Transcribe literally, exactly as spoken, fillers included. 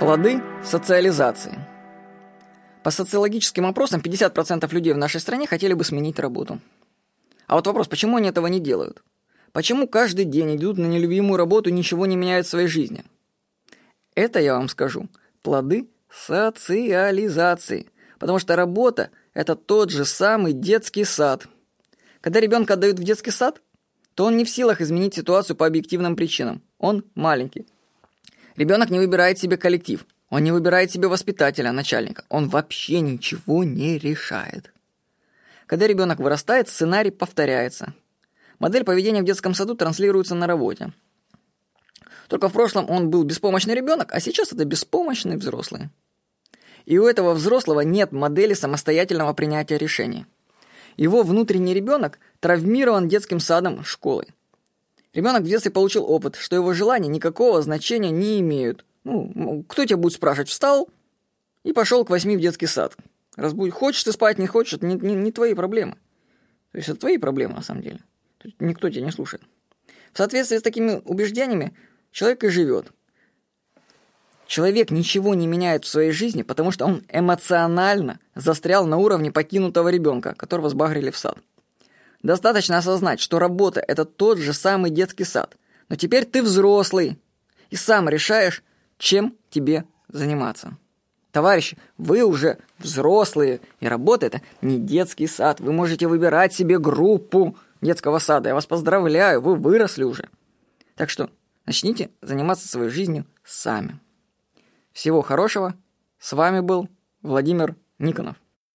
Плоды социализации. По социологическим опросам пятьдесят процентов людей в нашей стране хотели бы сменить работу. А вот вопрос, почему они этого не делают? Почему каждый день идут на нелюбимую работу и ничего не меняют в своей жизни? Это, я вам скажу, плоды социализации. Потому что работа – это тот же самый детский сад. Когда ребенка отдают в детский сад, то он не в силах изменить ситуацию по объективным причинам. Он маленький. Ребенок не выбирает себе коллектив. Он не выбирает себе воспитателя, начальника. Он вообще ничего не решает. Когда ребенок вырастает, сценарий повторяется. Модель поведения в детском саду транслируется на работе. Только в прошлом он был беспомощный ребенок, а сейчас это беспомощный взрослый. И у этого взрослого нет модели самостоятельного принятия решений. Его внутренний ребенок травмирован детским садом, школой. Ребенок в детстве получил опыт, что его желания никакого значения не имеют. Ну, кто тебя будет спрашивать? Встал и пошел к восьми в детский сад. Разбудь. Хочешь ты спать, не хочешь, это не, не, не твои проблемы. То есть это твои проблемы на самом деле. Никто тебя не слушает. В соответствии с такими убеждениями человек и живет. Человек ничего не меняет в своей жизни, потому что он эмоционально застрял на уровне покинутого ребенка, которого сбагрили в сад. Достаточно осознать, что работа – это тот же самый детский сад. Но теперь ты взрослый и сам решаешь, чем тебе заниматься. Товарищи, вы уже взрослые, и работа – это не детский сад. Вы можете выбирать себе группу детского сада. Я вас поздравляю, вы выросли уже. Так что начните заниматься своей жизнью сами. Всего хорошего. С вами был Владимир Никонов.